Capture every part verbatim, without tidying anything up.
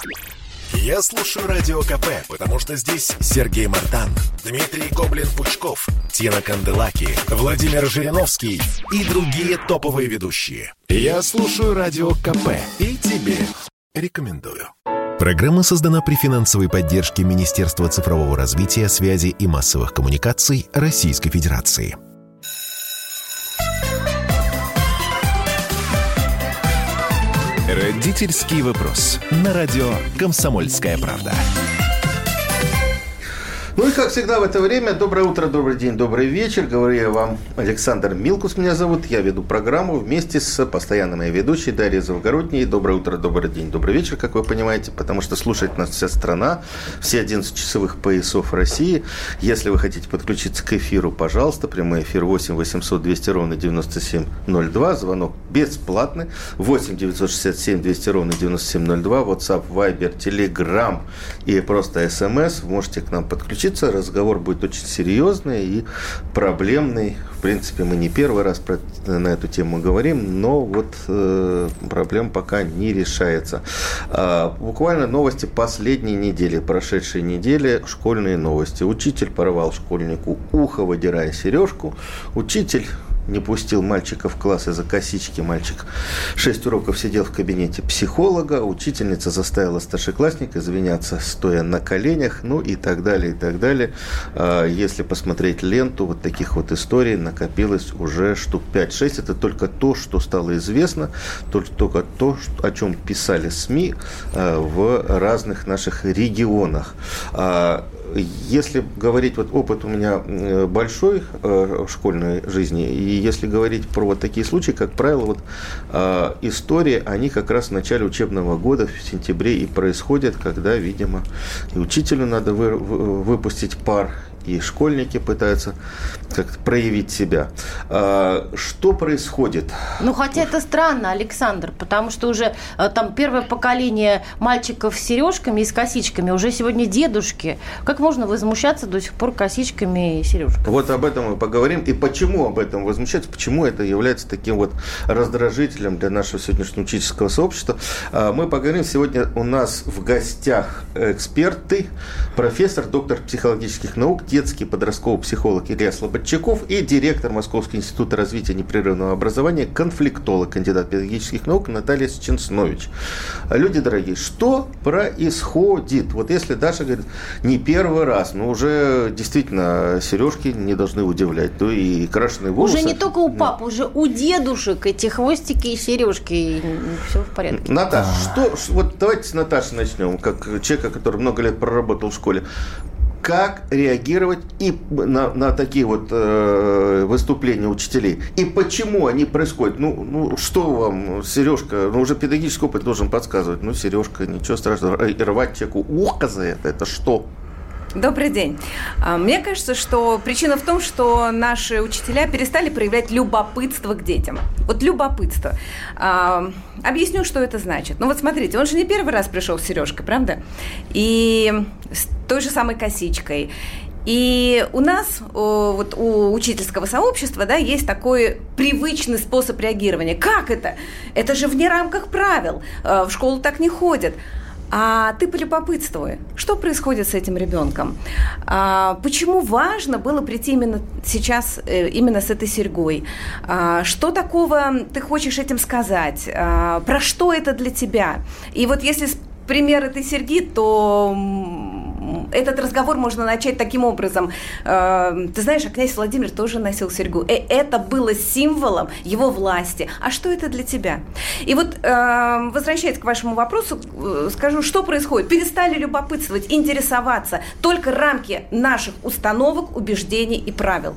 Я слушаю Радио КП, потому что здесь Сергей Мартан, Дмитрий Гоблин-Пучков, Тина Канделаки, Владимир Жириновский и другие топовые ведущие. Я слушаю Радио КП и тебе рекомендую. Программа создана при финансовой поддержке Министерства цифрового развития, связи и массовых коммуникаций Российской Федерации. Родительский вопрос. На радио «Комсомольская правда». Ну и, как всегда, в это время доброе утро, добрый день, добрый вечер. Говорю я вам, Александр Милкус меня зовут. Я веду программу вместе с постоянной моей ведущей Дарьей Завгородней. Доброе утро, добрый день, добрый вечер, как вы понимаете, потому что слушает нас вся страна, все одиннадцать часовых поясов России. Если вы хотите подключиться к эфиру, пожалуйста, прямой эфир восемь восемьсот двести ровно девяносто семь ноль два, звонок бесплатный, восемь девятьсот шестьдесят семь двести ровно девяносто семь ноль два, WhatsApp, Viber, Telegram и просто СМС. Вы можете к нам подключиться. Разговор будет очень серьезный и проблемный. В принципе, мы не первый раз про, на эту тему говорим, но вот э, проблема пока не решается. А, буквально новости последней недели, прошедшей недели, школьные новости. Учитель порвал школьнику ухо, выдирая сережку. Учитель не пустил мальчика в класс из-за косички. Мальчик шесть уроков сидел в кабинете психолога. Учительница заставила старшеклассника извиняться, стоя на коленях. Ну и так далее, и так далее. Если посмотреть ленту, вот таких вот историй накопилось уже штук пять-шесть. Это только то, что стало известно, только то, о чем писали СМИ в разных наших регионах. Если говорить, вот опыт у меня большой в школьной жизни, и если говорить про вот такие случаи, как правило, вот э, истории, они как раз в начале учебного года, в сентябре и происходят, когда, видимо, и учителю надо вы, вы, выпустить пар, и школьники пытаются как-то проявить себя. А, что происходит? Ну, хотя это странно, Александр, потому что уже там первое поколение мальчиков с сережками и с косичками уже сегодня дедушки. Как можно возмущаться до сих пор косичками и сережками? Вот об этом мы поговорим. И почему об этом возмущаться, почему это является таким вот раздражителем для нашего сегодняшнего учительского сообщества. А, мы поговорим. Сегодня у нас в гостях эксперты, профессор, доктор психологических наук, детский подростковый психолог Илья Слободчаков и директор Московского института развития непрерывного образования, конфликтолог, кандидат педагогических наук Наталья Сченснович. Люди дорогие, что происходит? Вот если Даша говорит, не первый раз, но уже действительно сережки не должны удивлять, то и крашеные волосы. Уже не только у пап, уже у дедушек эти хвостики и сережки, и все в порядке. Наташа, что, вот давайте с Наташи начнем, как человека, который много лет проработал в школе. Как реагировать и на, на такие вот э, выступления учителей? И почему они происходят? Ну, ну, что вам, сережка? Ну, уже педагогический опыт должен подсказывать. Ну, сережка, ничего страшного. Рвать человеку ухо за это, это что? Добрый день. Мне кажется, что причина в том, что наши учителя перестали проявлять любопытство к детям. Вот любопытство. Объясню, что это значит. Ну вот смотрите, он же не первый раз пришел с сережкой, правда? И с той же самой косичкой. И у нас, вот у учительского сообщества, да, есть такой привычный способ реагирования. Как это? Это же вне рамках правил. В школу так не ходят. А ты полюбопытствуй, что происходит с этим ребенком? А, почему важно было прийти именно сейчас, именно с этой серьгой? А, что такого ты хочешь этим сказать? А, про что это для тебя? И вот если пример этой серьги, то этот разговор можно начать таким образом. Ты знаешь, а князь Владимир тоже носил серьгу. И это было символом его власти. А что это для тебя? И вот, возвращаясь к вашему вопросу, скажу, что происходит. Перестали любопытствовать, интересоваться. Только рамки наших установок, убеждений и правил.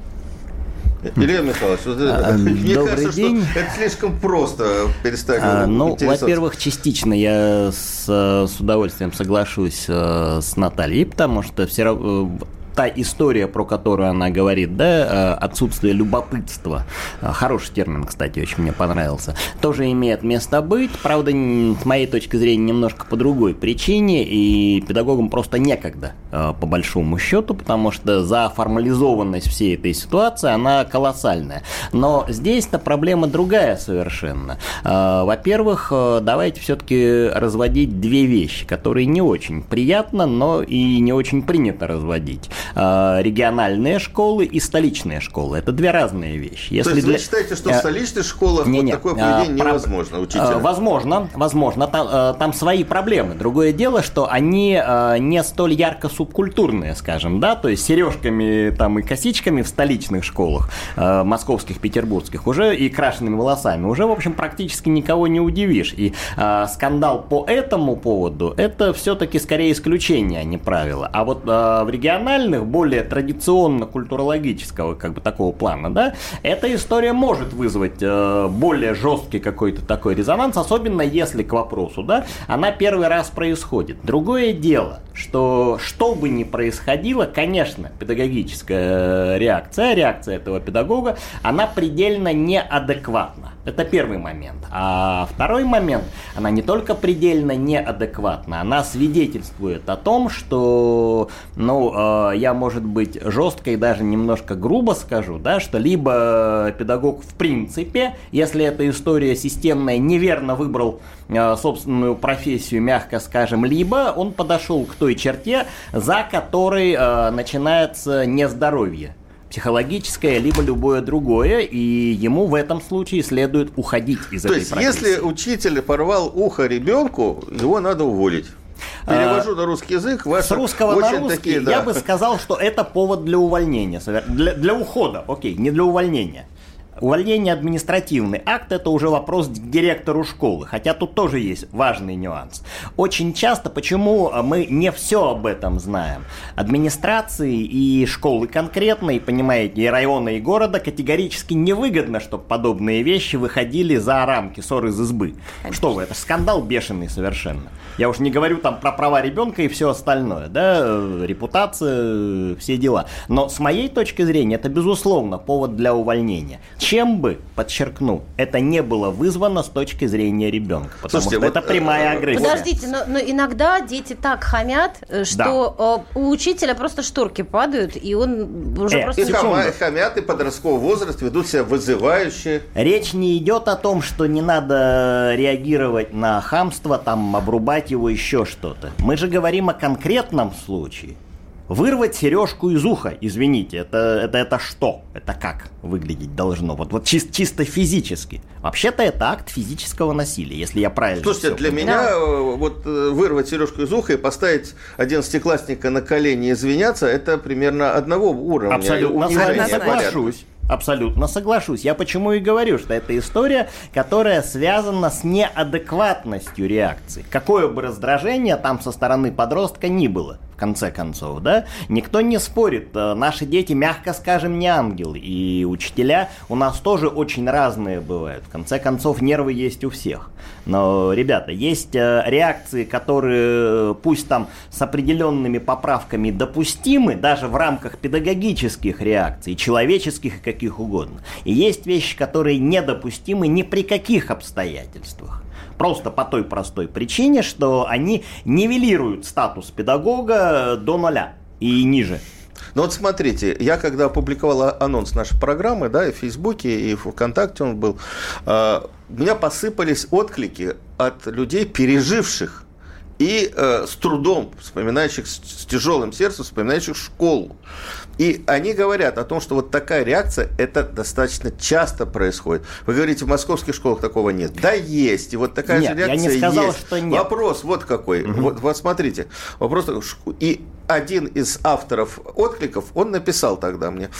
Илья Михайлович, а, мне добрый кажется, день. что это слишком просто перестать а, Ну, во-первых, частично я с, с удовольствием соглашусь с Натальей, потому что все равно та история, про которую она говорит, да, отсутствие любопытства, хороший термин, кстати, очень мне понравился, тоже имеет место быть, правда, с моей точки зрения, немножко по другой причине, и педагогам просто некогда, по большому счету, потому что за формализованность всей этой ситуации, она колоссальная. Но здесь-то проблема другая совершенно. Во-первых, давайте все-таки разводить две вещи, которые не очень приятно, но и не очень принято разводить. Региональные школы и столичные школы. Это две разные вещи. Если То есть для... вы считаете, что в столичных школах не, вот не, такое поведение а, невозможно, прав... учителя? Возможно, возможно. Там, там свои проблемы. Другое дело, что они не столь ярко субкультурные, скажем, да, то есть сережками там, и косичками в столичных школах, московских, петербургских, уже и крашенными волосами, уже, в общем, практически никого не удивишь. И скандал по этому поводу, это все-таки скорее исключение, а не правило. А вот в региональных, более традиционно-культурологического как бы такого плана, да, эта история может вызвать э, более жесткий какой-то такой резонанс, особенно если к вопросу, да, она первый раз происходит. Другое дело, что что бы ни происходило, конечно, педагогическая реакция, реакция этого педагога, она предельно неадекватна. Это первый момент. А второй момент, она не только предельно неадекватна, она свидетельствует о том, что, ну, э, я, может быть, жестко и даже немножко грубо скажу, да, что либо педагог в принципе, если эта история системная, неверно выбрал э, собственную профессию, мягко скажем, либо он подошел к той черте, за которой э, начинается нездоровье. Психологическое, либо любое другое, и ему в этом случае следует уходить из То этой есть, профессии. если учитель порвал ухо ребенку, его надо уволить. Перевожу а, на русский язык. С русского на русский такие, да. Я бы сказал, что это повод для увольнения, для, для ухода, окей, не для увольнения. Увольнение — административный акт, это уже вопрос к директору школы, хотя тут тоже есть важный нюанс. Очень часто, почему мы не все об этом знаем, администрации и школы конкретно, и, понимаете, и района, и города категорически невыгодно, чтобы подобные вещи выходили за рамки ссор из избы. Конечно. Что вы, это скандал бешеный совершенно. Я уж не говорю там про права ребенка и все остальное, да, репутация, все дела. Но с моей точки зрения это, безусловно, повод для увольнения. Чем бы, подчеркну, это не было вызвано с точки зрения ребенка. Потому Слушайте, что вот, это прямая агрессия. Подождите, но, но иногда дети так хамят, что да. у учителя просто шторки падают, и он уже э, просто... И хама, хамят, и подростковый возраст ведут себя вызывающе. Речь не идет о том, что не надо реагировать на хамство, там, обрубать его, еще что-то. Мы же говорим о конкретном случае. Вырвать сережку из уха, извините, это, это, это что? Это как выглядеть должно? Вот, вот чис, чисто физически. Вообще-то это акт физического насилия, если я правильно... Слушайте, для понимаю. меня да. вот вырвать сережку из уха и поставить одиннадцатиклассника на колени и извиняться, это примерно одного уровня. Абсолютно соглашусь. Абсолютно соглашусь. Я почему и говорю, что это история, которая связана с неадекватностью реакции. Какое бы раздражение там со стороны подростка ни было, в конце концов, да? Никто не спорит. Наши дети, мягко скажем, не ангелы. И учителя у нас тоже очень разные бывают. В конце концов, нервы есть у всех. Но, ребята, есть реакции, которые, пусть там с определенными поправками допустимы, даже в рамках педагогических реакций, человеческих и каких угодно. И есть вещи, которые недопустимы ни при каких обстоятельствах. Просто по той простой причине, что они нивелируют статус педагога до нуля и ниже. Ну вот смотрите, я когда опубликовал анонс нашей программы, да, и в Фейсбуке, и в ВКонтакте он был, э, у меня посыпались отклики от людей, переживших и э, с трудом вспоминающих, с, с тяжелым сердцем вспоминающих школу. И они говорят о том, что вот такая реакция, это достаточно часто происходит. Вы говорите, в московских школах такого нет. Да, есть. И вот такая нет, же реакция я не сказал, есть. Что нет. Вопрос вот какой. Угу. Вот, вот смотрите. Вопрос. И один из авторов откликов, он написал тогда мне,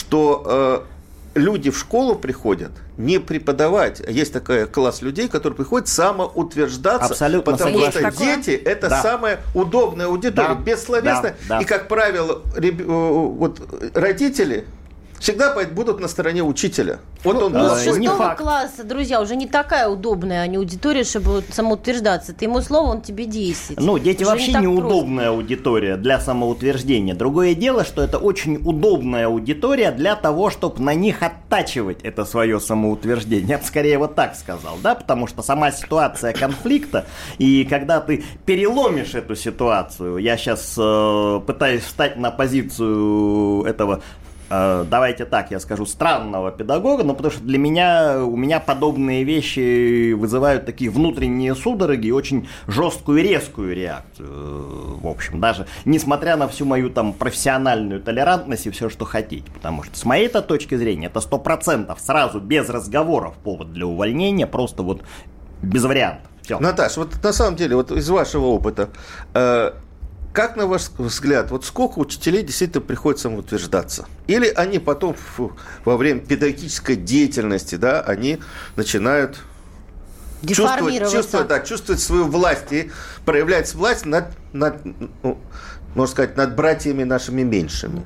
что... Э, люди в школу приходят не преподавать. Есть такой класс людей, которые приходят самоутверждаться. Абсолютно потому согласен. Что дети – это да. самая удобная аудитория. Да. Бессловесно. Да. Да. И, как правило, реб... вот, родители всегда будут на стороне учителя. Вот ну, он ну, с свой... шестого класса, друзья, уже не такая удобная аудитория, чтобы самоутверждаться. Ты ему слово, он тебе десять. Ну, дети уже вообще не неудобная аудитория для самоутверждения. Другое дело, что это очень удобная аудитория для того, чтобы на них оттачивать это свое самоутверждение. Я бы скорее вот так сказал, да, потому что сама ситуация конфликта, и когда ты переломишь эту ситуацию, я сейчас э, пытаюсь встать на позицию этого, э, давайте так, я скажу, странного педагога, но потому что для меня, у меня подобные вещи вызывают такие внутренние судороги и очень жесткую и резкую реакцию, в общем, даже несмотря на всю мою там профессиональную толерантность и все, что хотите, потому что с моей-то точки зрения это сто процентов сразу, без разговоров, повод для увольнения, просто вот без вариантов. Все. Наташ, вот на самом деле, вот из вашего опыта, э, как, на ваш взгляд, вот сколько учителей действительно приходится самоутверждаться? Или они потом фу, во время педагогической деятельности, да, они начинают чувствовать, чувствовать, да, чувствовать свою власть и проявлять власть над, над, ну, можно сказать, над братьями нашими меньшими?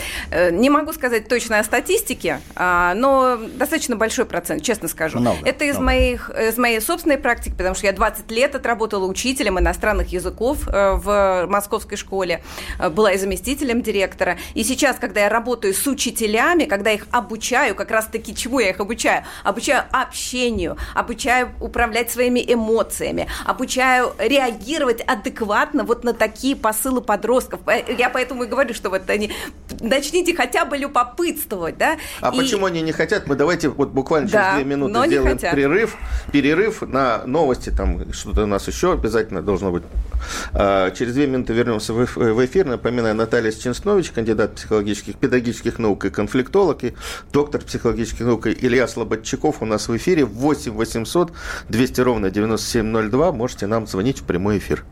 Не могу сказать точно о статистике, но достаточно большой процент, честно скажу. Много, Это из, много. моих, из моей собственной практики, потому что я двадцать лет отработала учителем иностранных языков в московской школе, была и заместителем директора. И сейчас, когда я работаю с учителями, когда их обучаю, как раз-таки чему я их обучаю? Обучаю общению, обучаю управлять своими эмоциями, обучаю реагировать адекватно вот на такие посылы подростков. Я поэтому и говорю, что вот они... Начните хотя бы любопытствовать, да? А и... почему они не хотят? Мы давайте вот буквально через да, две минуты сделаем перерыв, перерыв на новости, там что-то у нас еще обязательно должно быть. А, через две минуты вернемся в эфир. Напоминаю, Наталья Ченснович, кандидат психологических, педагогических наук и конфликтолог, и доктор психологических наук Илья Слободчаков у нас в эфире. восемь восемьсот двести ровно девяносто семь ноль два. Можете нам звонить в прямой эфир.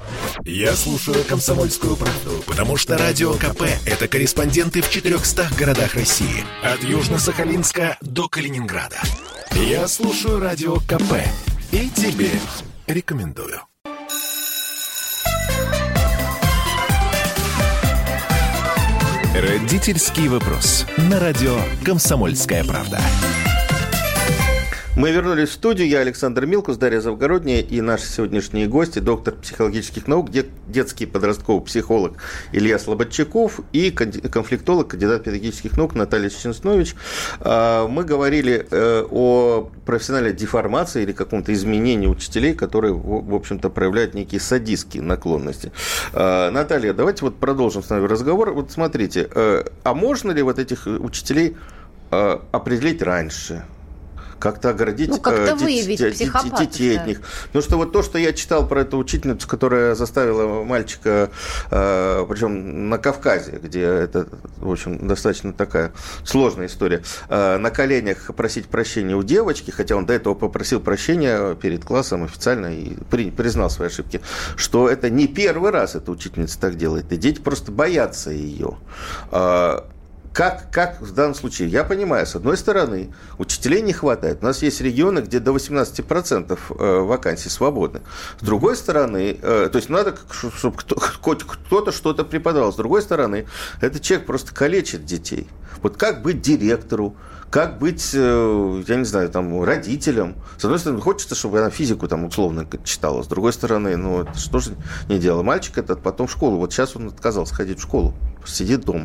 Я слушаю «Комсомольскую правду», потому что Радио КП – это корреспонденты в четырехстах городах России. От Южно-Сахалинска до Калининграда. Я слушаю Радио КП и тебе рекомендую. Родительский вопрос. На радио «Комсомольская правда». Мы вернулись в студию. Я Александр Милкус, Дарья Завгородняя и наши сегодняшние гости, доктор психологических наук, детский подростковый психолог Илья Слободчаков и конфликтолог, кандидат педагогических наук Наталья Ченснович. Мы говорили о профессиональной деформации или каком-то изменении учителей, которые, в общем-то, проявляют некие садистские наклонности. Наталья, давайте вот продолжим с вами разговор. Вот смотрите, а можно ли вот этих учителей определить раньше? Как-то оградить ну, как-то детей, детей от них. Ну, что вот то, что я читал про эту учительницу, которая заставила мальчика, э, причем на Кавказе, где это, в общем, достаточно такая сложная история, э, на коленях просить прощения у девочки, хотя он до этого попросил прощения перед классом официально и при, признал свои ошибки, что это не первый раз эта учительница так делает, и дети просто боятся ее. Э, Как, как в данном случае? Я понимаю, с одной стороны, учителей не хватает. У нас есть регионы, где до восемнадцати процентов вакансий свободны. С другой стороны, то есть надо, чтобы хоть кто-то что-то преподавал. С другой стороны, этот человек просто калечит детей. Вот как быть директору? Как быть, я не знаю, там, родителям? С одной стороны, хочется, чтобы она физику там условно читала. С другой стороны, ну, это что же не дело? Мальчик этот потом в школу. Вот сейчас он отказался ходить в школу. Сидит дома.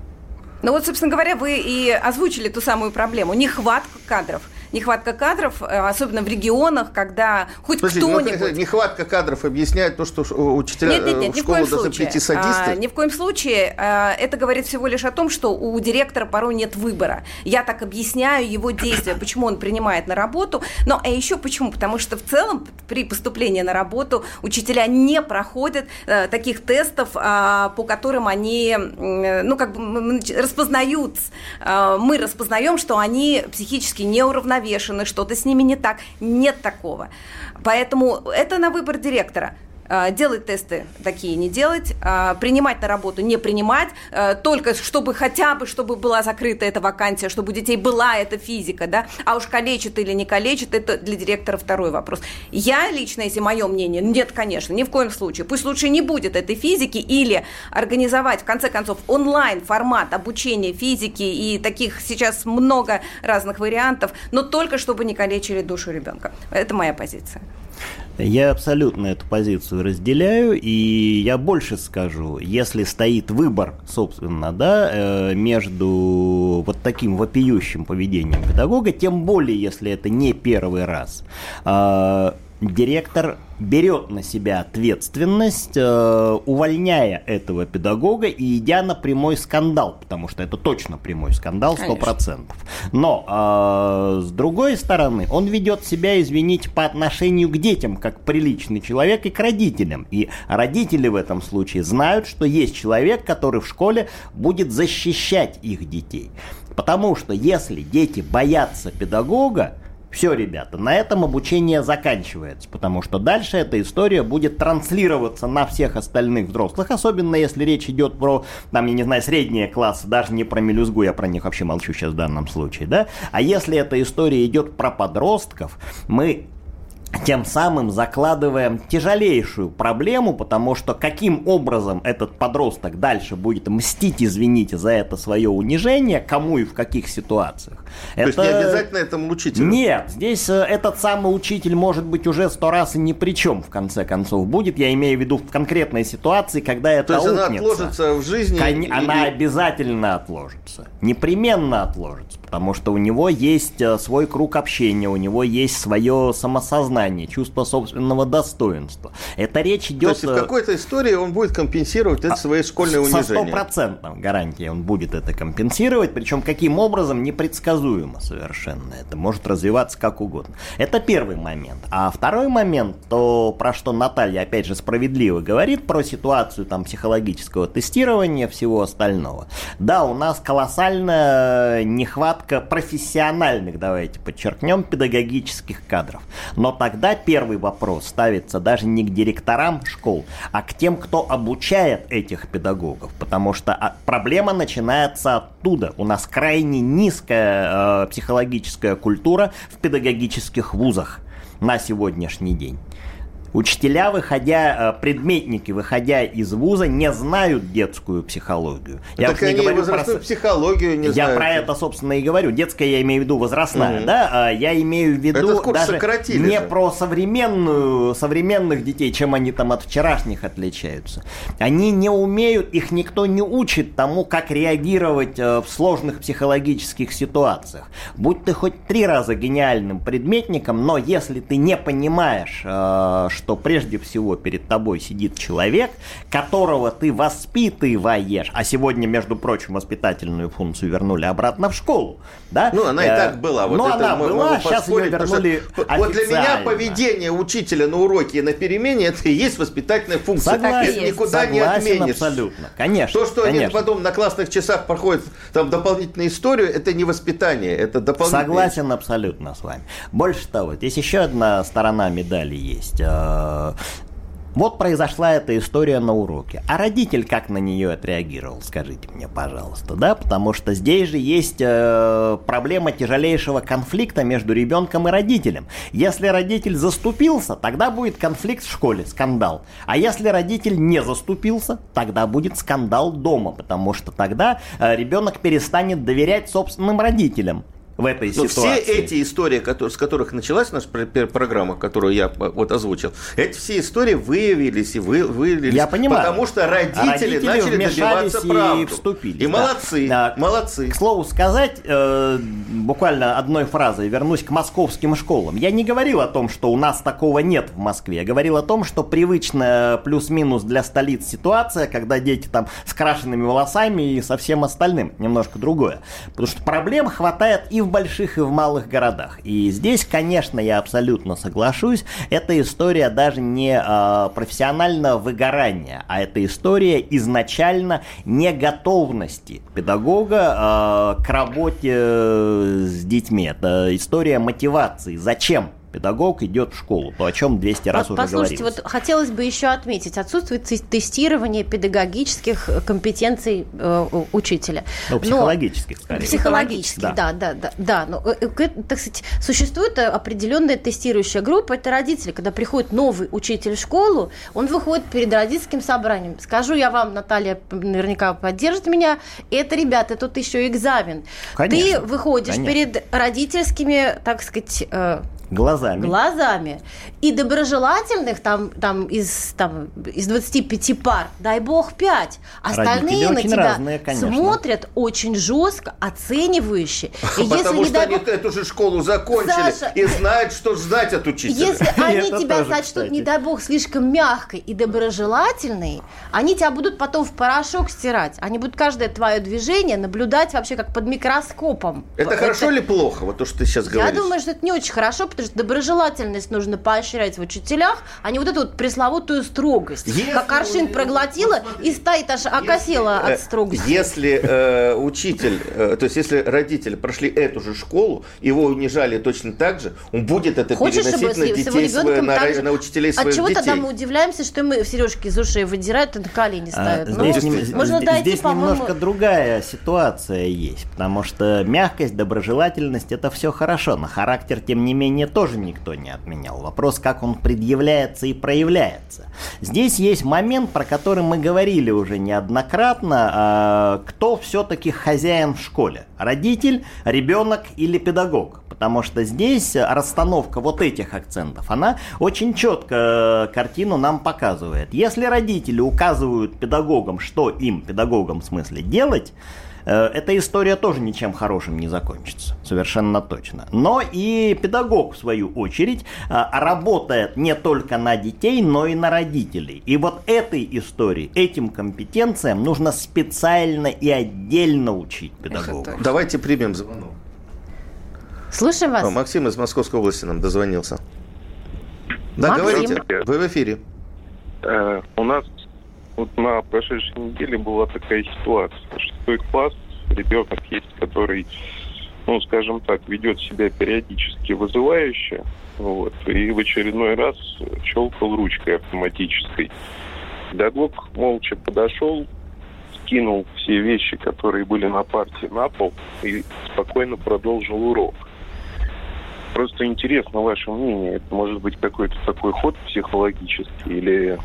Ну вот, собственно говоря, вы и озвучили ту самую проблему. Нехватка кадров. Нехватка кадров, особенно в регионах, когда хоть Подождите, кто-нибудь... Ну, нехватка кадров объясняет то, что учителя нет, нет, нет, в школу должны прийти садисты? А, ни в коем случае. А, это говорит всего лишь о том, что у директора порой нет выбора. Я так объясняю его действия, почему он принимает на работу. Но а еще почему? Потому что в целом при поступлении на работу учителя не проходят а, таких тестов, а, по которым они ну, как бы распознают. А, мы распознаем, что они психически неуравновешены, что-то с ними не так. Нет такого. Поэтому это на выбор директора. делать тесты такие не делать, принимать на работу не принимать, только чтобы хотя бы, чтобы была закрыта эта вакансия, чтобы у детей была эта физика, да, а уж калечит или не калечит, это для директора второй вопрос. Я лично, если мое мнение, нет, конечно, ни в коем случае, пусть лучше не будет этой физики или организовать, в конце концов, онлайн-формат обучения физики, и таких сейчас много разных вариантов, но только чтобы не калечили душу ребенка. Это моя позиция. Я абсолютно эту позицию разделяю, и я больше скажу, если стоит выбор, собственно, да, между вот таким вопиющим поведением педагога, тем более, если это не первый раз, директор берет на себя ответственность, э, увольняя этого педагога и идя на прямой скандал, потому что это точно прямой скандал, сто процентов. Но, э, с другой стороны, он ведет себя, извините, по отношению к детям, как приличный человек, и к родителям. И родители в этом случае знают, что есть человек, который в школе будет защищать их детей. Потому что если дети боятся педагога, все, ребята, на этом обучение заканчивается, потому что дальше эта история будет транслироваться на всех остальных взрослых, особенно если речь идет про, там, я не знаю, средние классы, даже не про мелюзгу, я про них вообще молчу сейчас в данном случае, да, а если эта история идет про подростков, мы тем самым закладываем тяжелейшую проблему, потому что каким образом этот подросток дальше будет мстить, извините, за это свое унижение, кому и в каких ситуациях. То это... есть не обязательно этому учителю? Нет, здесь этот самый учитель может быть уже сто раз и ни при чем, в конце концов, будет. Я имею в виду в конкретной ситуации, когда это аукнется. То есть она отложится в жизни? Кон... И... Она обязательно отложится. Непременно отложится, потому что у него есть свой круг общения, у него есть свое самосознание, чувство собственного достоинства. Это речь идет... То есть в какой-то истории он будет компенсировать это свои школьные унижения? Со стопроцентной гарантией он будет это компенсировать, причем каким образом непредсказуемо совершенно. Это может развиваться как угодно. Это первый момент. А второй момент, то про что Наталья опять же справедливо говорит, про ситуацию там психологического тестирования, всего остального. Да, у нас колоссальная нехватка профессиональных, давайте подчеркнем, педагогических кадров. Но так Тогда первый вопрос ставится даже не к директорам школ, а к тем, кто обучает этих педагогов, потому что проблема начинается оттуда. У нас крайне низкая э, психологическая культура в педагогических вузах на сегодняшний день. Учителя, выходя, предметники, выходя из вуза, не знают детскую психологию. Я так они не возрастную про... психологию не я знают. Я про это, собственно, и говорю. Детская я имею в виду возрастная, угу. да? Я имею в виду даже не же. про современную, современных детей, чем они там от вчерашних отличаются. Они не умеют, их никто не учит тому, как реагировать в сложных психологических ситуациях. Будь ты хоть три раза гениальным предметником, но если ты не понимаешь, что что прежде всего перед тобой сидит человек, которого ты воспитываешь, а сегодня, между прочим, воспитательную функцию вернули обратно в школу, да? Ну, она и так была. Вот ну, это она была, сейчас ее вернули официально. Вот для меня поведение учителя на уроке и на перемене, это и есть воспитательная функция. Согласен, это никуда согласен, не отменишь. Абсолютно, конечно. То, что конечно. они потом на классных часах проходят там дополнительную историю, это не воспитание, это дополнительное. Согласен абсолютно с вами. Больше того, здесь еще одна сторона медали есть. Вот произошла эта история на уроке. А родитель как на нее отреагировал, скажите мне, пожалуйста, да? Потому что здесь же есть э, проблема тяжелейшего конфликта между ребенком и родителем. Если родитель заступился, тогда будет конфликт в школе, скандал. А если родитель не заступился, тогда будет скандал дома, потому что тогда э, ребенок перестанет доверять собственным родителям. В этой Но ситуации. Все эти истории, которые, с которых началась наша программа, которую я вот озвучил, эти все истории выявились и вы, выявились, я понимаю. Потому что родители, родители начали добиваться правды. И вступили. И да. молодцы, да. молодцы. К слову сказать, э, буквально одной фразой вернусь к московским школам. Я не говорил о том, что у нас такого нет в Москве. Я говорил о том, что привычная плюс-минус для столиц ситуация, когда дети там с крашенными волосами и со всем остальным. Немножко другое. Потому что проблем хватает и в больших, и в малых городах. И здесь, конечно, я абсолютно соглашусь, эта история даже не э, профессионального выгорания, а это история изначально неготовности педагога э, к работе с детьми. Это история мотивации. Зачем педагог идет в школу, то о чем двести раз уже говорилось. Послушайте, вот хотелось бы еще отметить отсутствие тестирования педагогических компетенций э, учителя. Ну, психологических, скорее. Психологических, да, да, да. да, да. Но, так сказать, существует определенная тестирующая группа, это родители. Когда приходит новый учитель в школу, он выходит перед родительским собранием. Скажу я вам, Наталья наверняка поддержит меня, это, ребята, тут еще экзамен. Конечно, ты выходишь конечно. перед родительскими, так сказать, э, глазами. глазами. И доброжелательных там, там, из, там, из двадцати пяти пар, дай бог, пять. Остальные на тебя разные, смотрят очень жестко, оценивающе. И Потому если, что они бог... эту же школу закончили Саша, и знают, что ждать от учителя. Если они тебя сочтут, не дай бог, слишком мягкой и доброжелательной, они тебя будут потом в порошок стирать. Они будут каждое твое движение наблюдать вообще как под микроскопом. Это, это... хорошо или плохо, вот то, что ты сейчас говоришь? Я думаю, что это не очень хорошо, потому что доброжелательность нужно поощрять в учителях, а не вот эту вот пресловутую строгость. Если как аршин проглотила и стоит аж окосела от строгости. Если э, учитель, э, то есть если родители прошли эту же школу, его унижали точно так же, он будет это Хочешь, переносить на детей, свои, на, на учителей своих детей. Отчего тогда мы удивляемся, что мы сережки из ушей выдирают и на колени ставят? А, ну, здесь ну, здесь, можно здесь, дойти, здесь по-моему... немножко другая ситуация есть, потому что мягкость, доброжелательность – это все хорошо, но характер, тем не менее, тоже никто не отменял. Вопрос, как он предъявляется и проявляется. Здесь есть момент, про который мы говорили уже неоднократно, кто все-таки хозяин в школе. Родитель, ребенок или педагог. Потому что здесь расстановка вот этих акцентов, она очень четко картину нам показывает. Если родители указывают педагогам, что им, педагогам в смысле, делать, эта история тоже ничем хорошим не закончится, совершенно точно. Но и педагог, в свою очередь, работает не только на детей, но и на родителей. И вот этой истории, этим компетенциям нужно специально и отдельно учить педагогов. Давайте примем звонок. Слушаем вас. О, Максим из Московской области нам дозвонился. Да, Максим. Говорите, вы в эфире. Э, у нас вот на прошедшей неделе была такая ситуация. Шестой класс, ребенок есть, который, ну, скажем так, ведет себя периодически вызывающе, вот, и в очередной раз щелкал ручкой автоматической. Педагог молча подошел, скинул все вещи, которые были на парте, на пол и спокойно продолжил урок. Просто интересно ваше мнение. Это может быть какой-то такой ход психологический или...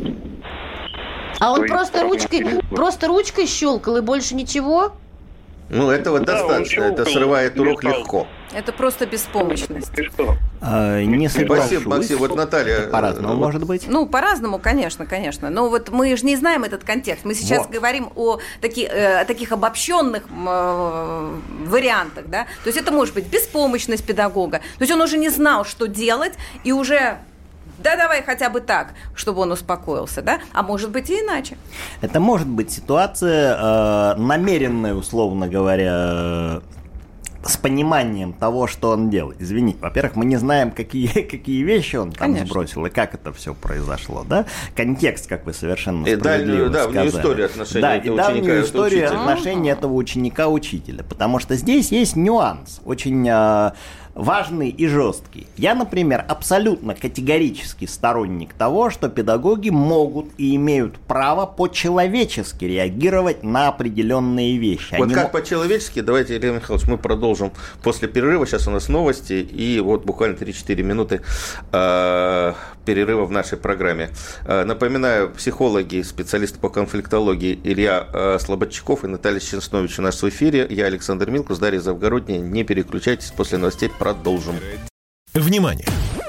А он просто ручкой, просто ручкой щелкал и больше ничего? Ну, этого да, достаточно. Это срывает урок легко. Это просто беспомощность. А, не соглашусь. Спасибо, Максим. Вот Наталья... По-разному вот. Может быть. Ну, по-разному, конечно, конечно. Но вот мы же не знаем этот контекст. Мы сейчас вот. говорим о таки, э, таких обобщенных э, вариантах, да. То есть это может быть беспомощность педагога. То есть он уже не знал, что делать, и уже... Да, давай хотя бы так, чтобы он успокоился, да? А может быть и иначе. Это может быть ситуация э, намеренная, условно говоря, с пониманием того, что он делает. Извините, во-первых, мы не знаем, какие, какие вещи он там Конечно. сбросил и как это все произошло, да? Контекст, как вы совершенно и справедливо дальнюю, сказали. Да, историю отношений да, этого и ученика давнюю историю учителя. отношений этого ученика-учителя. Потому что здесь есть нюанс, очень... Э, важный и жесткий. Я, например, абсолютно категорически сторонник того, что педагоги могут и имеют право по-человечески реагировать на определенные вещи. Вот Они как мо... по-человечески, давайте, Илья Михайлович, мы продолжим после перерыва. Сейчас у нас новости, и вот буквально три-четыре минуты э, перерыва в нашей программе. Э, напоминаю, психологи, специалисты по конфликтологии Илья э, Слободчиков и Наталья Ченснович у нас в эфире. Я Александр Милкус, Дарья Завгородняя. Не переключайтесь, после новостей продолжим. Внимание!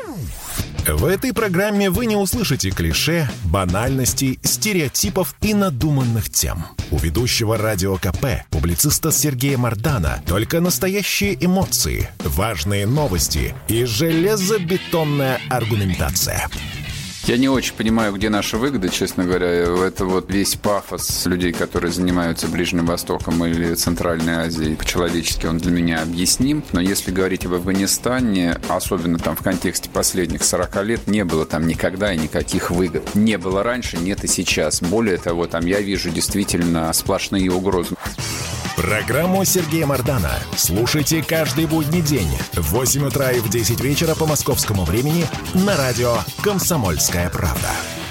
В этой программе вы не услышите клише, банальностей, стереотипов и надуманных тем. У ведущего Радио КП, публициста Сергея Мардана, только настоящие эмоции, важные новости и железобетонная аргументация. Я не очень понимаю, где наша выгода, честно говоря. Это вот весь пафос людей, которые занимаются Ближним Востоком или Центральной Азией. По-человечески он для меня объясним. Но если говорить об Афганистане, особенно там в контексте последних сорока лет, не было там никогда и никаких выгод. Не было раньше, нет и сейчас. Более того, там я вижу действительно сплошные угрозы. Программу Сергея Мардана слушайте каждый будний день в восемь утра и в десять вечера по московскому времени на радио «Комсомольская правда».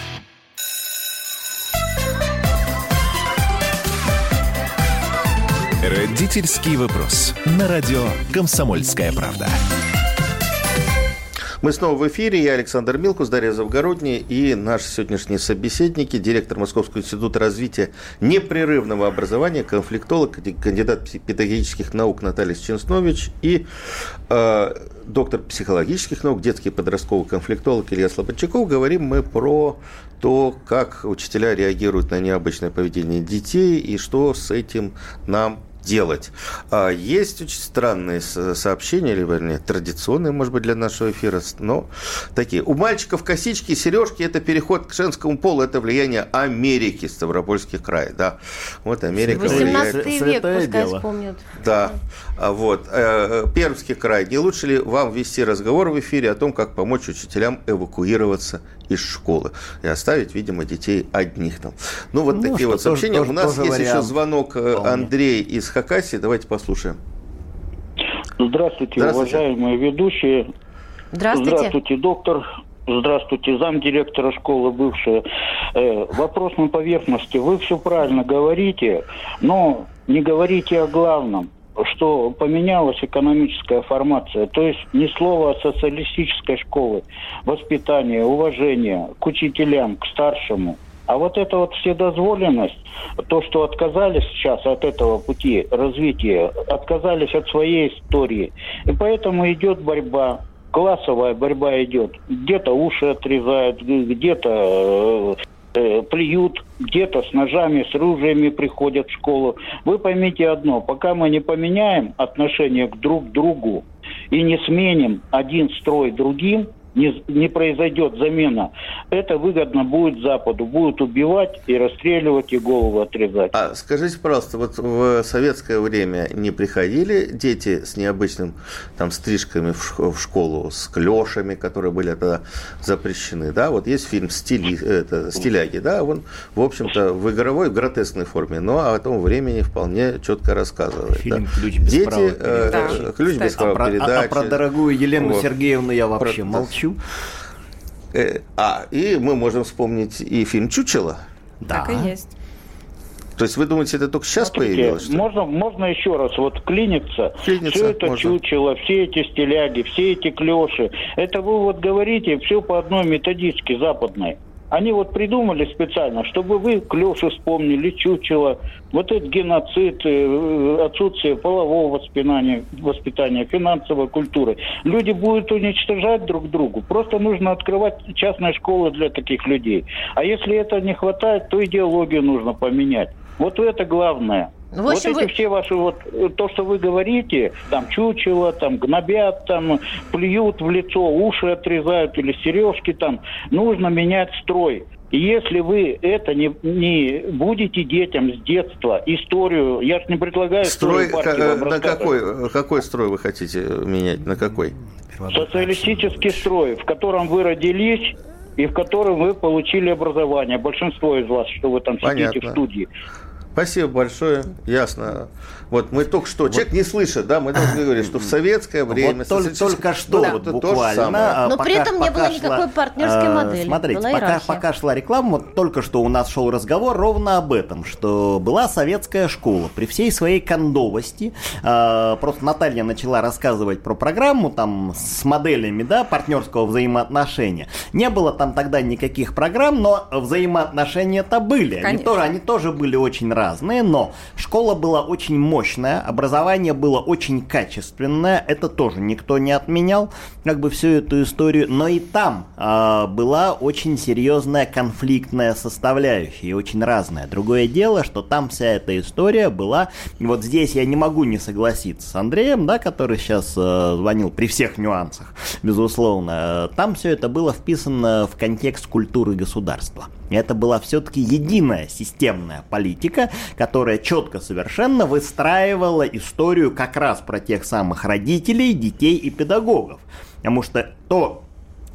Родительский вопрос. На радио «Комсомольская правда». Мы снова в эфире. Я Александр Милкус, Дарья Завгородняя и наши сегодняшние собеседники, директор Московского института развития непрерывного образования, конфликтолог, кандидат педагогических наук Наталья Ченснович и э, доктор психологических наук, детский и подростковый конфликтолог Илья Слободчаков. Говорим мы про то, как учителя реагируют на необычное поведение детей и что с этим нам делать. Есть очень странные сообщения, или, вернее, традиционные, может быть, для нашего эфира, но такие. У мальчиков косички, сережки – это переход к женскому полу, это влияние Америки, Ставропольский край, да. Вот Америка восемнадцатый век, пускай вспомнят. Да, вот. Пермский край. Не лучше ли вам вести разговор в эфире о том, как помочь учителям эвакуироваться из школы и оставить, видимо, детей одних там? Ну, вот ну, такие вот сообщения. Тоже, У нас есть вариант. Еще звонок. Андрей из Хакасии. Давайте послушаем. Здравствуйте, Здравствуйте. уважаемые ведущие. Здравствуйте. Здравствуйте, доктор. Здравствуйте, замдиректора школы бывшая. Э, вопрос на поверхности. Вы все правильно говорите, но не говорите о главном, что поменялась экономическая формация. То есть ни слова о социалистической школе, воспитания, уважения к учителям, к старшему. А вот эта вот вседозволенность, то, что отказались сейчас от этого пути развития, отказались от своей истории. И поэтому идет борьба, классовая борьба идет. Где-то уши отрезают, где-то э, плюют, где-то с ножами, с ружьями приходят в школу. Вы поймите одно, пока мы не поменяем отношение к друг другу и не сменим один строй другим, Не, не произойдет замена, это выгодно будет Западу. Будут убивать и расстреливать, и голову отрезать. А скажите, пожалуйста, вот в советское время не приходили дети с необычным там стрижками в школу, с клешами, которые были тогда запрещены, да? Вот есть фильм «Стили», это, «Стиляги», да? Он, в общем-то, в игровой, в гротескной форме, но о том времени вполне четко рассказывает. Фильм да? «Ключ без дети, права передачи». Да. «Ключ без права а передачи». А, а про дорогую Елену вот. Сергеевну я вообще про... молчу. А, и мы можем вспомнить и фильм «Чучело». Да. Так и есть. То есть вы думаете, это только сейчас Смотрите, появилось? Что? Можно, можно еще раз вот клиниться. клиниться все это можно. чучело, все эти стиляги, все эти клеши. Это вы вот говорите все по одной методичке западной. Они вот придумали специально, чтобы вы клёши вспомнили, чучело, вот этот геноцид, отсутствие полового воспитания, воспитания, финансовой культуры. Люди будут уничтожать друг друга. Просто нужно открывать частные школы для таких людей. А если это не хватает, то идеологию нужно поменять. Вот это главное. В общем, вот эти вы... все ваши, вот то, что вы говорите, там чучело, там гнобят, там плюют в лицо, уши отрезают или сережки там, нужно менять строй. И если вы это не, не будете детям с детства, историю, я же не предлагаю строй, историю партии вам на какой, какой строй вы хотите менять, на какой? Социалистический строй, в котором вы родились и в котором вы получили образование. Большинство из вас, что вы там Понятно. сидите в студии. Спасибо большое, ясно. Вот мы только что, вот. Человек не слышит, да, мы должны говорить, что в советское время... Вот только, только что, да. вот буквально... Но пока, при этом не было шла, никакой партнерской э, модели. Смотрите, пока, пока шла реклама, вот только что у нас шел разговор ровно об этом, что была советская школа при всей своей кондовости. Э, просто Наталья начала рассказывать про программу там с моделями, да, партнерского взаимоотношения. Не было там тогда никаких программ, но взаимоотношения-то были. Они тоже, они тоже были очень разные, но школа была очень мощная. Мощное, образование было очень качественное, это тоже никто не отменял, как бы всю эту историю, но и там э, была очень серьезная конфликтная составляющая, и очень разная. Другое дело, что там вся эта история была, и вот здесь я не могу не согласиться с Андреем, да, который сейчас э, звонил при всех нюансах, безусловно, там все это было вписано в контекст культуры государства. Это была все-таки единая системная политика, которая четко совершенно выстраивала историю как раз про тех самых родителей, детей и педагогов. Потому что то,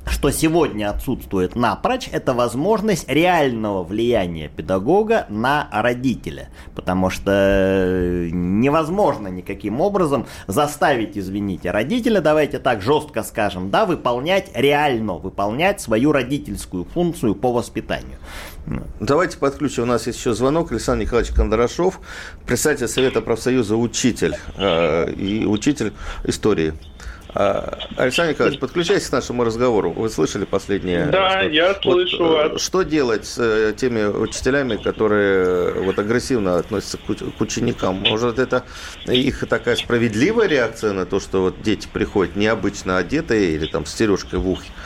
что сегодня отсутствует напрочь, это возможность реального влияния педагога на родителя. Потому что невозможно никаким образом заставить, извините, родителя, давайте так жестко скажем, да, выполнять реально, выполнять свою родительскую функцию по воспитанию. Давайте подключим. У нас есть еще звонок. Александр Николаевич Кондрашов, председатель Совета профсоюза «Учитель» э, и учитель истории. Александр Николаевич, подключайтесь к нашему разговору. Вы слышали последнее? Да, что... я слышу вот, вас. Что делать с теми учителями, которые вот агрессивно относятся к ученикам? Может, это их такая справедливая реакция на то, что вот дети приходят необычно одетые или там с сережкой в ухе?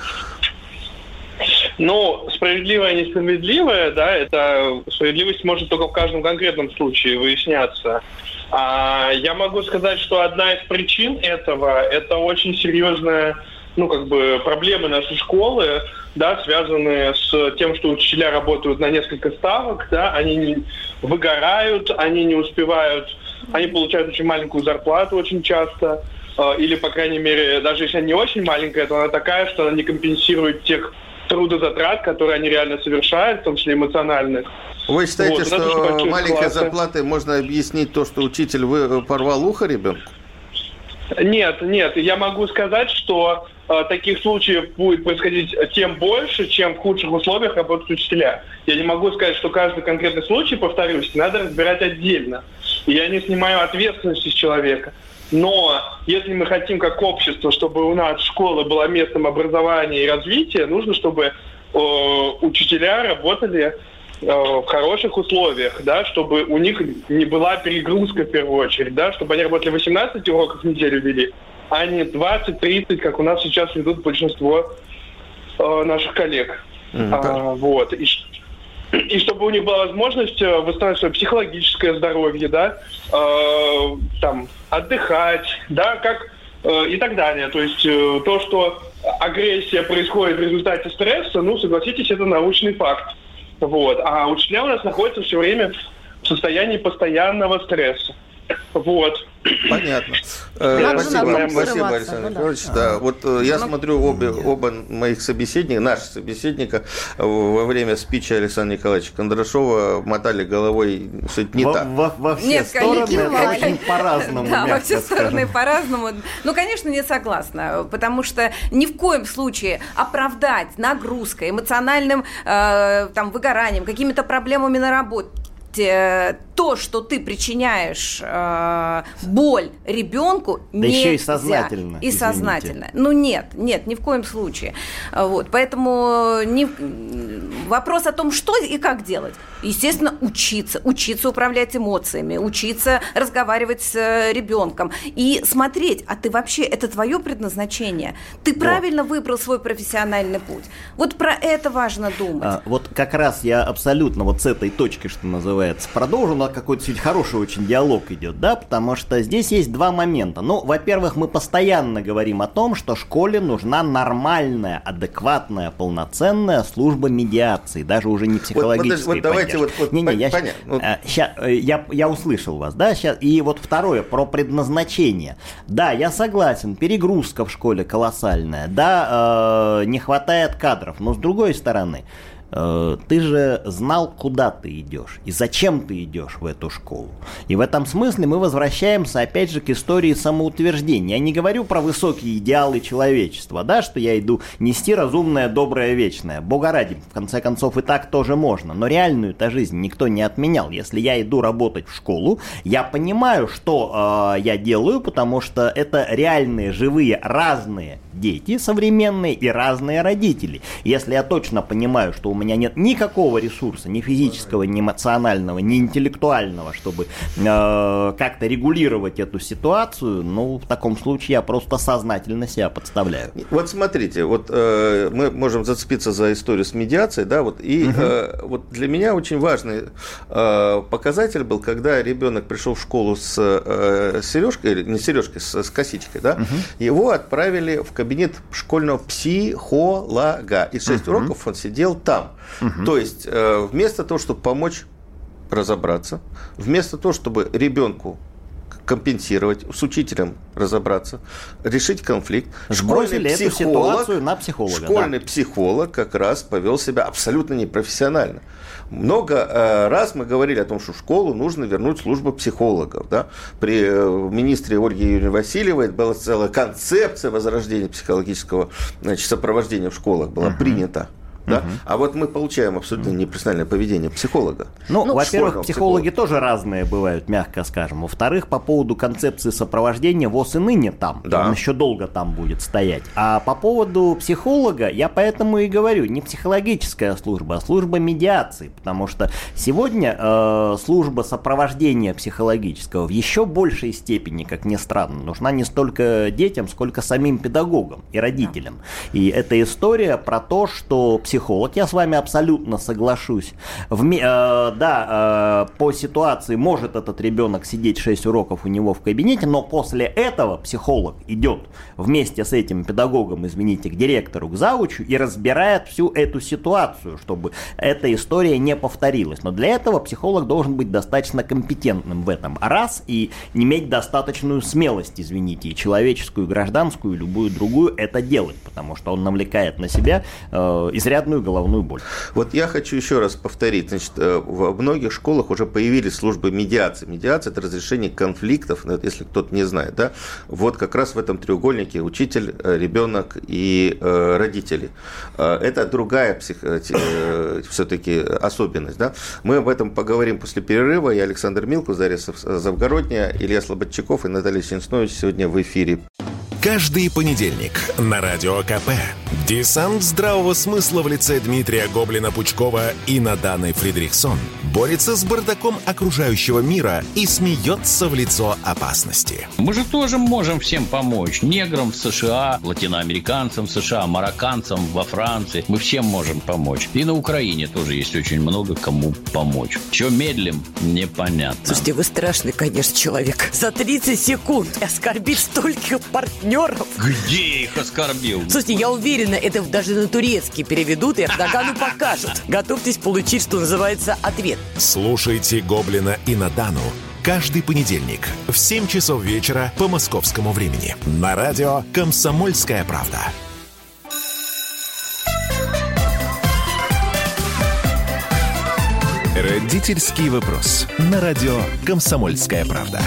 Ну, справедливое и несправедливое, да, это справедливость может только в каждом конкретном случае выясняться. А я могу сказать, что одна из причин этого – это очень серьезная, ну, как бы, проблемы нашей школы, да, связанные с тем, что учителя работают на несколько ставок, да, они не выгорают, они не успевают, они получают очень маленькую зарплату очень часто, или, по крайней мере, даже если она не очень маленькая, то она такая, что она не компенсирует тех трудозатрат, которые они реально совершают, в том числе эмоциональных. Вы считаете, вот, что маленькой зарплатой можно объяснить то, что учитель вы порвал ухо ребенку? Нет, нет. Я могу сказать, что э, таких случаев будет происходить тем больше, чем в худших условиях работают учителя. Я не могу сказать, что каждый конкретный случай, повторюсь, надо разбирать отдельно. И я не снимаю ответственности с человека. Но если мы хотим как общество, чтобы у нас школа была местом образования и развития, нужно, чтобы э, учителя работали э, в хороших условиях, да, чтобы у них не была перегрузка в первую очередь, да, чтобы они работали восемнадцать уроков в неделю вели, а не двадцать-тридцать, как у нас сейчас ведут большинство э, наших коллег. Mm-hmm. А, вот. И, и чтобы у них была возможность восстановить свое психологическое здоровье, да, э, там, отдыхать, да, как э, и так далее. То есть э, то, что агрессия происходит в результате стресса, ну, согласитесь, это научный факт. Вот. А учителя у нас находятся все время в состоянии постоянного стресса. Вот. Понятно. Э, спасибо, спасибо, Александр Николаевич. Да. Да, вот э, я смотрю, обе, оба моих собеседника, наших собеседника во время спича Александра Николаевича Кондрашова мотали головой, что это не во, так. Во, во все нет, стороны, это очень по-разному. Да, во все стороны по-разному. Ну, конечно, не согласна, потому что ни в коем случае оправдать нагрузкой, эмоциональным э, там, выгоранием, какими-то проблемами на работе, то, что ты причиняешь э, боль ребенку, да нельзя. еще и сознательно. И извините. сознательно. Ну нет, нет, ни в коем случае. Вот, поэтому не... вопрос о том, что и как делать. Естественно, учиться, учиться управлять эмоциями, учиться разговаривать с ребенком и смотреть, а ты вообще, это твое предназначение? Ты вот. Правильно выбрал свой профессиональный путь? Вот про это важно думать. А, вот как раз я абсолютно вот с этой точки, что называется, продолжу, но какой-то сегодня хороший очень диалог идет, да, потому что здесь есть два момента. Ну, во-первых, мы постоянно говорим о том, что школе нужна нормальная, адекватная, полноценная служба медиации, даже уже не психологической. Вот, вот, давайте вот, вот, не, не, я, понятно. Вот. А, ща, я, я услышал вас, да, ща, и вот второе, про предназначение. Да, я согласен, перегрузка в школе колоссальная, да, э, не хватает кадров, но с другой стороны, ты же знал, куда ты идешь и зачем ты идешь в эту школу. И в этом смысле мы возвращаемся опять же к истории самоутверждения. Я не говорю про высокие идеалы человечества, да, что я иду нести разумное, доброе, вечное. Бога ради, в конце концов, и так тоже можно. Но реальную-то жизнь никто не отменял. Если я иду работать в школу, я понимаю, что э, я делаю, потому что это реальные, живые, разные дети современные и разные родители. Если я точно понимаю, что у меня нет никакого ресурса, ни физического, ни эмоционального, ни интеллектуального, чтобы э, как-то регулировать эту ситуацию, ну, в таком случае я просто сознательно себя подставляю. Вот смотрите, вот э, мы можем зацепиться за историю с медиацией, да, вот, и угу. э, вот для меня очень важный э, показатель был, когда ребенок пришел в школу с э, сережкой, не сережкой, с, с косичкой, да, угу. его отправили в кабинет школьного психолога, и шесть угу. уроков он сидел там. Угу. То есть, э, вместо того, чтобы помочь разобраться, вместо того, чтобы ребенку компенсировать, с учителем разобраться, решить конфликт. Сбросили эту ситуацию на психолога. Школьный да. психолог как раз повел себя абсолютно непрофессионально. Много э, раз мы говорили о том, что в школу нужно вернуть службу психологов. Да? При э, министре Ольге Юрьевне Васильевой была целая концепция возрождения психологического, значит, сопровождения в школах была uh-huh. принята. Да? Угу. А вот мы получаем абсолютно непрофессиональное поведение психолога. Ну, ну во-первых, психологи психолога. тоже разные бывают, мягко скажем. Во-вторых, по поводу концепции сопровождения, ВОС и ныне там. Да. Он еще долго там будет стоять. А по поводу психолога, я поэтому и говорю, не психологическая служба, а служба медиации. Потому что сегодня э, служба сопровождения психологического в еще большей степени, как ни странно, нужна не столько детям, сколько самим педагогам и родителям. Да. И эта история про то, что психологи Психолог, я с вами абсолютно соглашусь. В, э, да, э, по ситуации может этот ребенок сидеть шесть уроков у него в кабинете, но после этого психолог идет вместе с этим педагогом, извините, к директору, к заучу и разбирает всю эту ситуацию, чтобы эта история не повторилась. Но для этого психолог должен быть достаточно компетентным в этом. Раз, и иметь достаточную смелость, извините, и человеческую, и гражданскую, и любую другую это делать, потому что он навлекает на себя э, изрядно головную боль. Вот я хочу еще раз повторить. Значит, во многих школах уже появились службы медиации. Медиация – это разрешение конфликтов, если кто-то не знает. Да? Вот как раз в этом треугольнике учитель, ребенок и э, родители. Это другая псих... все-таки особенность. Да? Мы об этом поговорим после перерыва. Я Александр Милкус, Дарья Завгородняя, Илья Слободчаков и Наталья Ченснович сегодня в эфире. Каждый понедельник на Радио КП десант здравого смысла в лице Дмитрия Гоблина-Пучкова и Наданы Фридрихсон борется с бардаком окружающего мира и смеется в лицо опасности. Мы же тоже можем всем помочь. Неграм в США, латиноамериканцам в США, марокканцам во Франции. Мы всем можем помочь. И на Украине тоже есть очень много кому помочь. Чего медлим, непонятно. Слушайте, вы страшный, конечно, человек. За тридцать секунд оскорбить стольких партнеров. Где я их оскорбил? Слушайте, я уверена, это даже на турецкий переведут и Эрдогану покажут. Готовьтесь получить, что называется, ответ. Слушайте Гоблина и Надану каждый понедельник в семь часов вечера по московскому времени на радио «Комсомольская правда». Родительский вопрос. На радио «Комсомольская правда».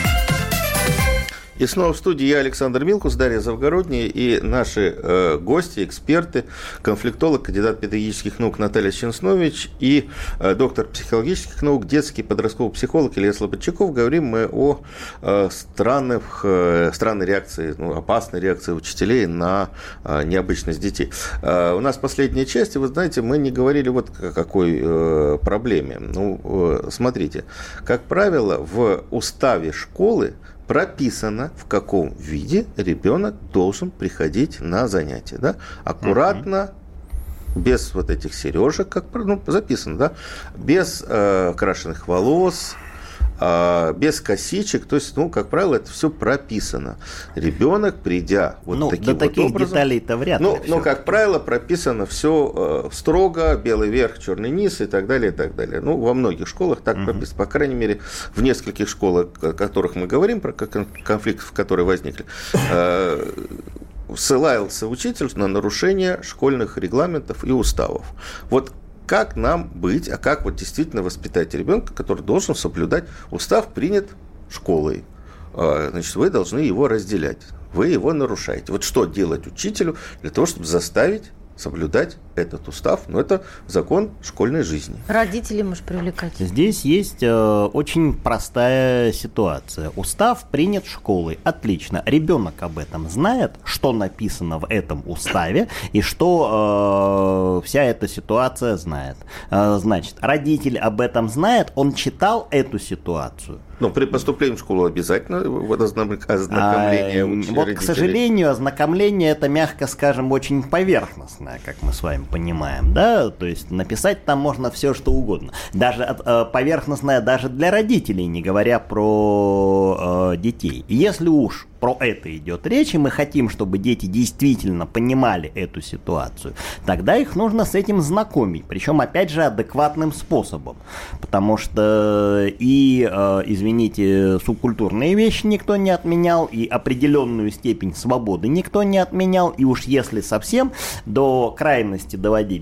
И снова в студии я, Александр Милкус, Дарья Завгородняя и наши э, гости, эксперты, конфликтолог, кандидат педагогических наук Наталья Ченснович и э, доктор психологических наук, детский подростковый психолог Илья Слободчаков. Говорим мы о э, странных, э, странной реакции, ну, опасной реакции учителей на э, необычность детей. Э, у нас последняя часть, и вы знаете, мы не говорили вот о какой э, проблеме. Ну, э, смотрите, как правило, в уставе школы прописано, в каком виде ребенок должен приходить на занятия. Да? Аккуратно, uh-huh. без вот этих сережек, как ну, записано, да? Без э, крашеных волос, э, без косичек. То есть, ну, как правило, это все прописано. Ребенок, придя вот ну, таким до вот таких образом, деталей-то вряд ли. Ну, ну, как правило, прописано все э, строго, белый верх, черный низ и так далее, и так далее. Ну, во многих школах так uh-huh. прописано. По крайней мере, в нескольких школах, о которых мы говорим, про конфликтов, которые возникли, э, ссылался учитель на нарушение школьных регламентов и уставов. Вот как нам быть, а как вот действительно воспитать ребенка, который должен соблюдать устав, принят школой. Значит, вы должны его разделять. Вы его нарушаете. Вот что делать учителю для того, чтобы заставить соблюдать этот устав, но это закон школьной жизни. Родителей можешь привлекать. Здесь есть э, очень простая ситуация. Устав принят школой. Отлично. Ребенок об этом знает, что написано в этом уставе и что э, вся эта ситуация знает. Э, значит, родитель об этом знает, он читал эту ситуацию. Ну, при поступлении в школу обязательно вот ознакомление а, учителей. Вот, к сожалению, ознакомление это, мягко скажем, очень поверхностное, как мы с вами понимаем, да, то есть написать там можно все, что угодно. Даже э, поверхностное даже для родителей, не говоря про э, детей. Если уж про это идет речь, и мы хотим, чтобы дети действительно понимали эту ситуацию, тогда их нужно с этим знакомить, причем, опять же, адекватным способом, потому что и, э, извините, субкультурные вещи никто не отменял, и определенную степень свободы никто не отменял, и уж если совсем до крайности доводить,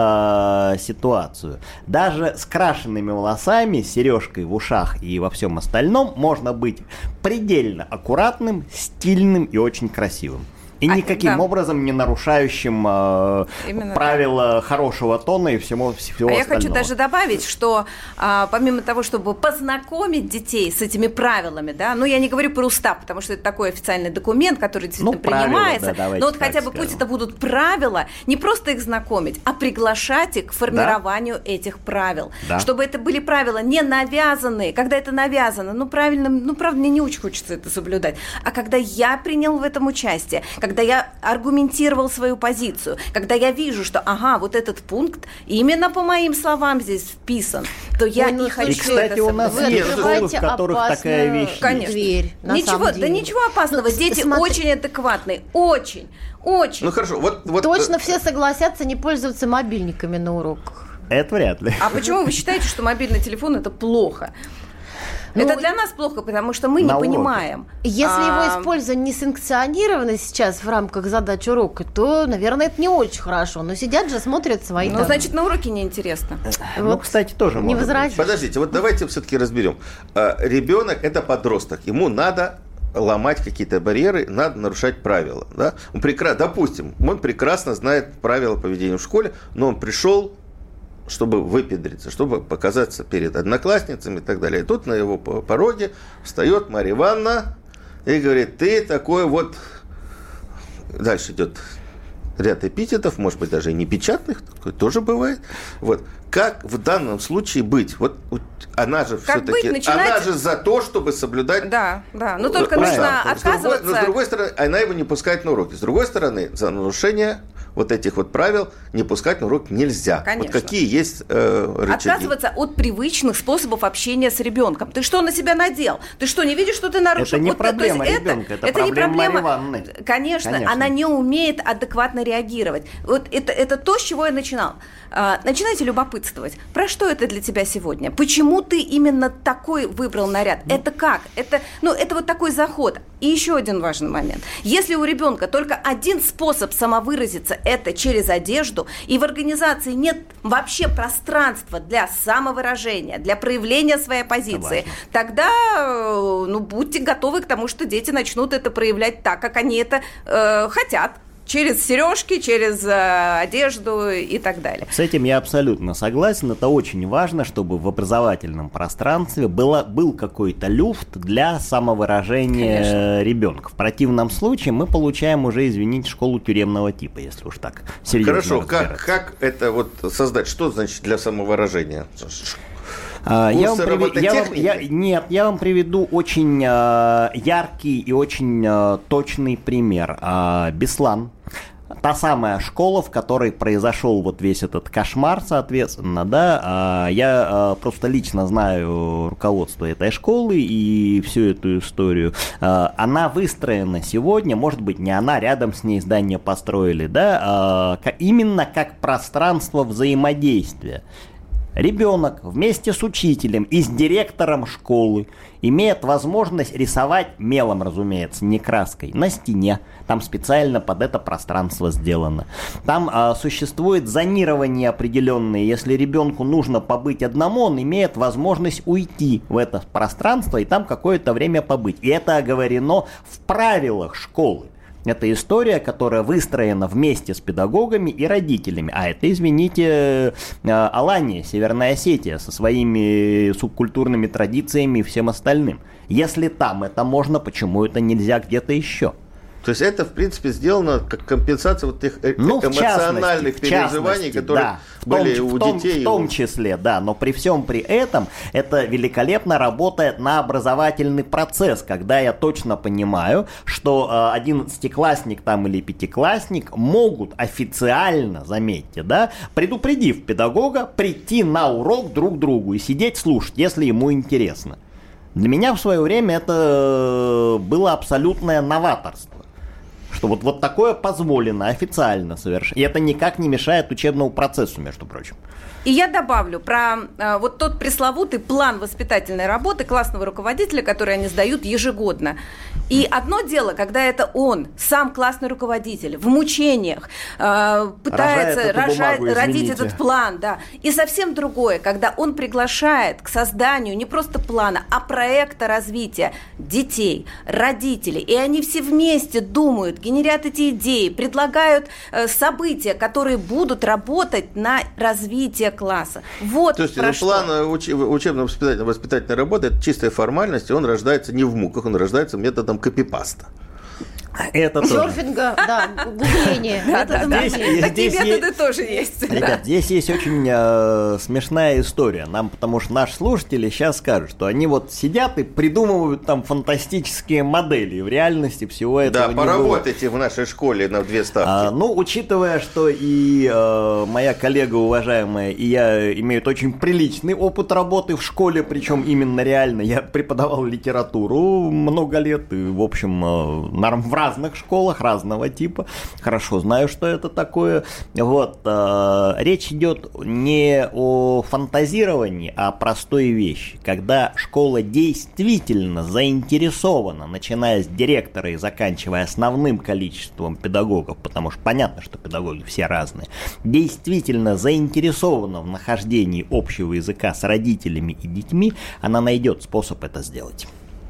да, э, ситуацию, даже с крашенными волосами, с сережкой в ушах и во всем остальном можно быть предельно аккуратным, стильным и очень красивым. И а, никаким да. образом не нарушающим э, правила так. хорошего тона и всего, всего а остального. Я хочу даже добавить, что а, помимо того, чтобы познакомить детей с этими правилами, да, ну я не говорю про устав, потому что это такой официальный документ, который действительно ну, принимается, правила, да, но вот хотя бы скажем. Пусть это будут правила, не просто их знакомить, а приглашать их к формированию да? этих правил. Да. Чтобы это были правила не навязанные, когда это навязано, ну правильно, ну правда мне не очень хочется это соблюдать, а когда я принял в этом участие, когда я аргументировал свою позицию, когда я вижу, что, ага, вот этот пункт именно по моим словам здесь вписан, то я Ой, не хочу и, кстати, это... у нас Вы есть школы, в которых такая вещь Конечно. Дверь, ничего, да ничего опасного, ну, дети смотри... очень адекватные, очень, очень. Ну хорошо, вот... вот... Точно все согласятся не пользоваться мобильниками на уроках. Это вряд ли. А почему вы считаете, что мобильный телефон – это плохо? Ну, это для нас плохо, потому что мы не уроке. понимаем. Если а... его использование не санкционировано сейчас в рамках задач урока, то, наверное, это не очень хорошо. Но сидят же, смотрят свои... Ну, там... значит, на уроке неинтересно. Вот. Ну, кстати, тоже не возразишь. Подождите, вот давайте все-таки разберем. Ребенок – это подросток. Ему надо ломать какие-то барьеры, надо нарушать правила. Да? Он прекра... Допустим, он прекрасно знает правила поведения в школе, но он пришел, чтобы выпендриться, чтобы показаться перед одноклассницами и так далее. И тут на его пороге встает Марья Ивановна и говорит: ты такой вот... Дальше идет ряд эпитетов, может быть, даже и непечатных, такое тоже бывает. Вот. Как в данном случае быть? Вот она же как все-таки... Быть, начинать... Она же за то, чтобы соблюдать... Да, да. Но только нужно отказываться... Но с другой стороны, она его не пускает на уроки. С другой стороны, за нарушение вот этих вот правил не пускать на урок нельзя. Конечно. Вот какие есть э, рычаги? Отказываться от привычных способов общения с ребенком. Ты что на себя надел? Ты что, не видишь, что ты нарушил? Это не вот, проблема ребенка, это, это, это проблема Марьи Ивановны. Конечно, Конечно, она не умеет адекватно реагировать. Вот это, это то, с чего я начинал. А, начинайте любопытствовать. Про что это для тебя сегодня? Почему ты именно такой выбрал наряд? Ну. Это как? Это, ну, это вот такой заход. И еще один важный момент. Если у ребенка только один способ самовыразиться, это через одежду, и в организации нет вообще пространства для самовыражения, для проявления своей позиции, тогда ну, будьте готовы к тому, что дети начнут это проявлять так, как они это э, хотят. Через сережки, через э, одежду и так далее. С этим я абсолютно согласен. Это очень важно, чтобы в образовательном пространстве было, был какой-то люфт для самовыражения Конечно. ребенка. В противном случае мы получаем уже, извините, школу тюремного типа, если уж так серьезно Хорошо, как, как это вот создать? Что значит для самовыражения? Uh, я вам приведу, я вам, я, нет, я вам приведу очень uh, яркий и очень uh, точный пример. Uh, Беслан. Та самая школа, в которой произошел вот весь этот кошмар, соответственно, да, я просто лично знаю руководство этой школы и всю эту историю. Она выстроена сегодня, может быть, не она, рядом с ней здание построили, да, именно как пространство взаимодействия. Ребенок вместе с учителем и с директором школы имеет возможность рисовать мелом, разумеется, не краской, на стене. Там специально под это пространство сделано. Там а, существует зонирование определенное. Если ребенку нужно побыть одному, он имеет возможность уйти в это пространство и там какое-то время побыть. И это оговорено в правилах школы. Это история, которая выстроена вместе с педагогами и родителями. А это, извините, Алания, Северная Осетия со своими субкультурными традициями и всем остальным. Если там это можно, почему это нельзя где-то еще? То есть это, в принципе, сделано как компенсация вот тех ну, эмоциональных частности, переживаний, которые да. были том, у в том, детей. В том числе, да. Но при всем при этом это великолепно работает на образовательный процесс, когда я точно понимаю, что э, одиннадцатиклассник там или пятиклассник могут официально, заметьте, да, предупредив педагога, прийти на урок друг к другу и сидеть слушать, если ему интересно. Для меня в свое время это было абсолютное новаторство. Что вот, вот такое позволено официально совершать. И это никак не мешает учебному процессу, между прочим. И я добавлю про э, вот тот пресловутый план воспитательной работы классного руководителя, который они сдают ежегодно. И одно дело, когда это он, сам классный руководитель, в мучениях э, пытается рожать, бумагу, родить этот план. Да. И совсем другое, когда он приглашает к созданию не просто плана, а проекта развития детей, родителей. И они все вместе думают, генерят эти идеи, предлагают э, события, которые будут работать на развитие класса. Вот. То есть про план что. уч- учебно-воспитательной воспитательной работы – это чистая формальность, и он рождается не в муках, он рождается методом копипаста. Это тоже. Серфинга, да, гугление. Такие методы тоже есть. Ребят, здесь есть очень э, смешная история. Нам, потому что наши слушатели сейчас скажут, что они вот сидят и придумывают там фантастические модели. В реальности всего этого да, не поработайте было. в нашей школе на две ставки. А, ну, учитывая, что и э, моя коллега уважаемая, и я имеют очень приличный опыт работы в школе, причем именно реально. Я преподавал литературу много лет, и, в общем, э, норм в разных школах, разного типа. Хорошо знаю, что это такое. Вот. Э, речь идет не о фантазировании, а о простой вещи. Когда школа действительно заинтересована, начиная с директора и заканчивая основным количеством педагогов, потому что понятно, что педагоги все разные, действительно заинтересована в нахождении общего языка с родителями и детьми, она найдет способ это сделать.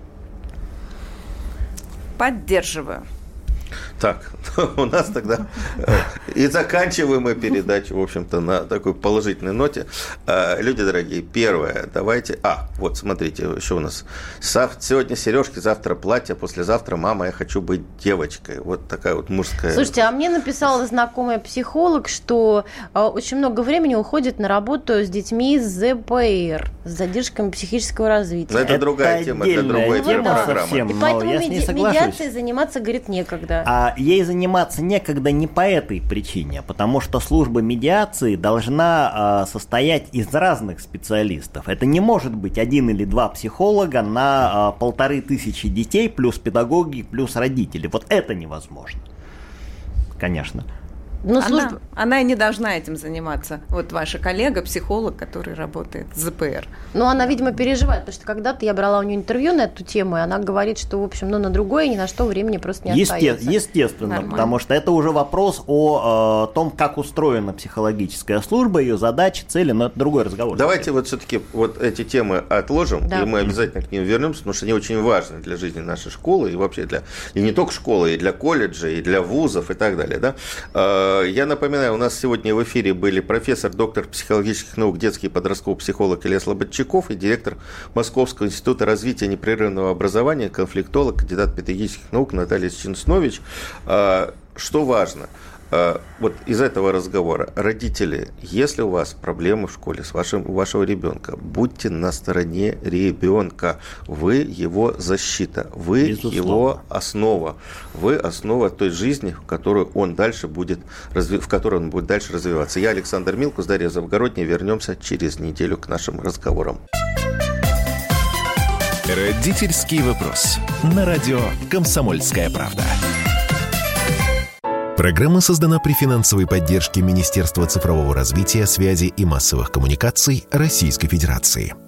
Поддерживаю. Так, у нас тогда и заканчиваем мы передачу, в общем-то, на такой положительной ноте. Люди дорогие, первое, давайте... А, вот, смотрите, еще у нас сегодня сережки, завтра платье, послезавтра мама, я хочу быть девочкой. Вот такая вот мужская... Слушайте, а мне написала знакомая психолог, что очень много времени уходит на работу с детьми с зэ пэ эр, с задержками психического развития. Но это, это другая тема, это другая программа. Совсем, и поэтому меди- медиацией заниматься, говорит, некогда. А ей заниматься некогда не по этой причине, потому что служба медиации должна э, состоять из разных специалистов. Это не может быть один или два психолога на э, полторы тысячи детей, плюс педагоги, плюс родители. Вот это невозможно. Конечно. Но служба... она, она и не должна этим заниматься. Вот ваша коллега, психолог, который работает в зэ пэ эр. Ну, она, видимо, переживает, потому что когда-то я брала у нее интервью на эту тему, и она говорит, что, в общем, ну, на другое ни на что времени просто не Есте- остается. Естественно, нормально. Потому что это уже вопрос о э, том, как устроена психологическая служба, ее задачи, цели, но это другой разговор. Давайте вот все-таки вот эти темы отложим, да. и мы обязательно к ним вернемся, потому что они очень важны для жизни нашей школы, и вообще для, и не только школы, и для колледжа, и для вузов, и так далее, да. Я напоминаю, у нас сегодня в эфире были профессор, доктор психологических наук, детский и подростковый психолог Илья Слободчаков и директор Московского института развития непрерывного образования, конфликтолог, кандидат педагогических наук Наталья Чинснович. Что важно? Вот из этого разговора, родители, если у вас проблемы в школе с вашим, у вашего ребенка, будьте на стороне ребенка. Вы его защита, вы Безусловно. Его основа, вы основа той жизни, в которую он дальше будет, в которой он будет дальше развиваться. Я Александр Милкус, Дарья Завгородняя. Вернемся через неделю к нашим разговорам. Родительский вопрос. На радио «Комсомольская правда». Программа создана при финансовой поддержке Министерства цифрового развития, связи и массовых коммуникаций Российской Федерации.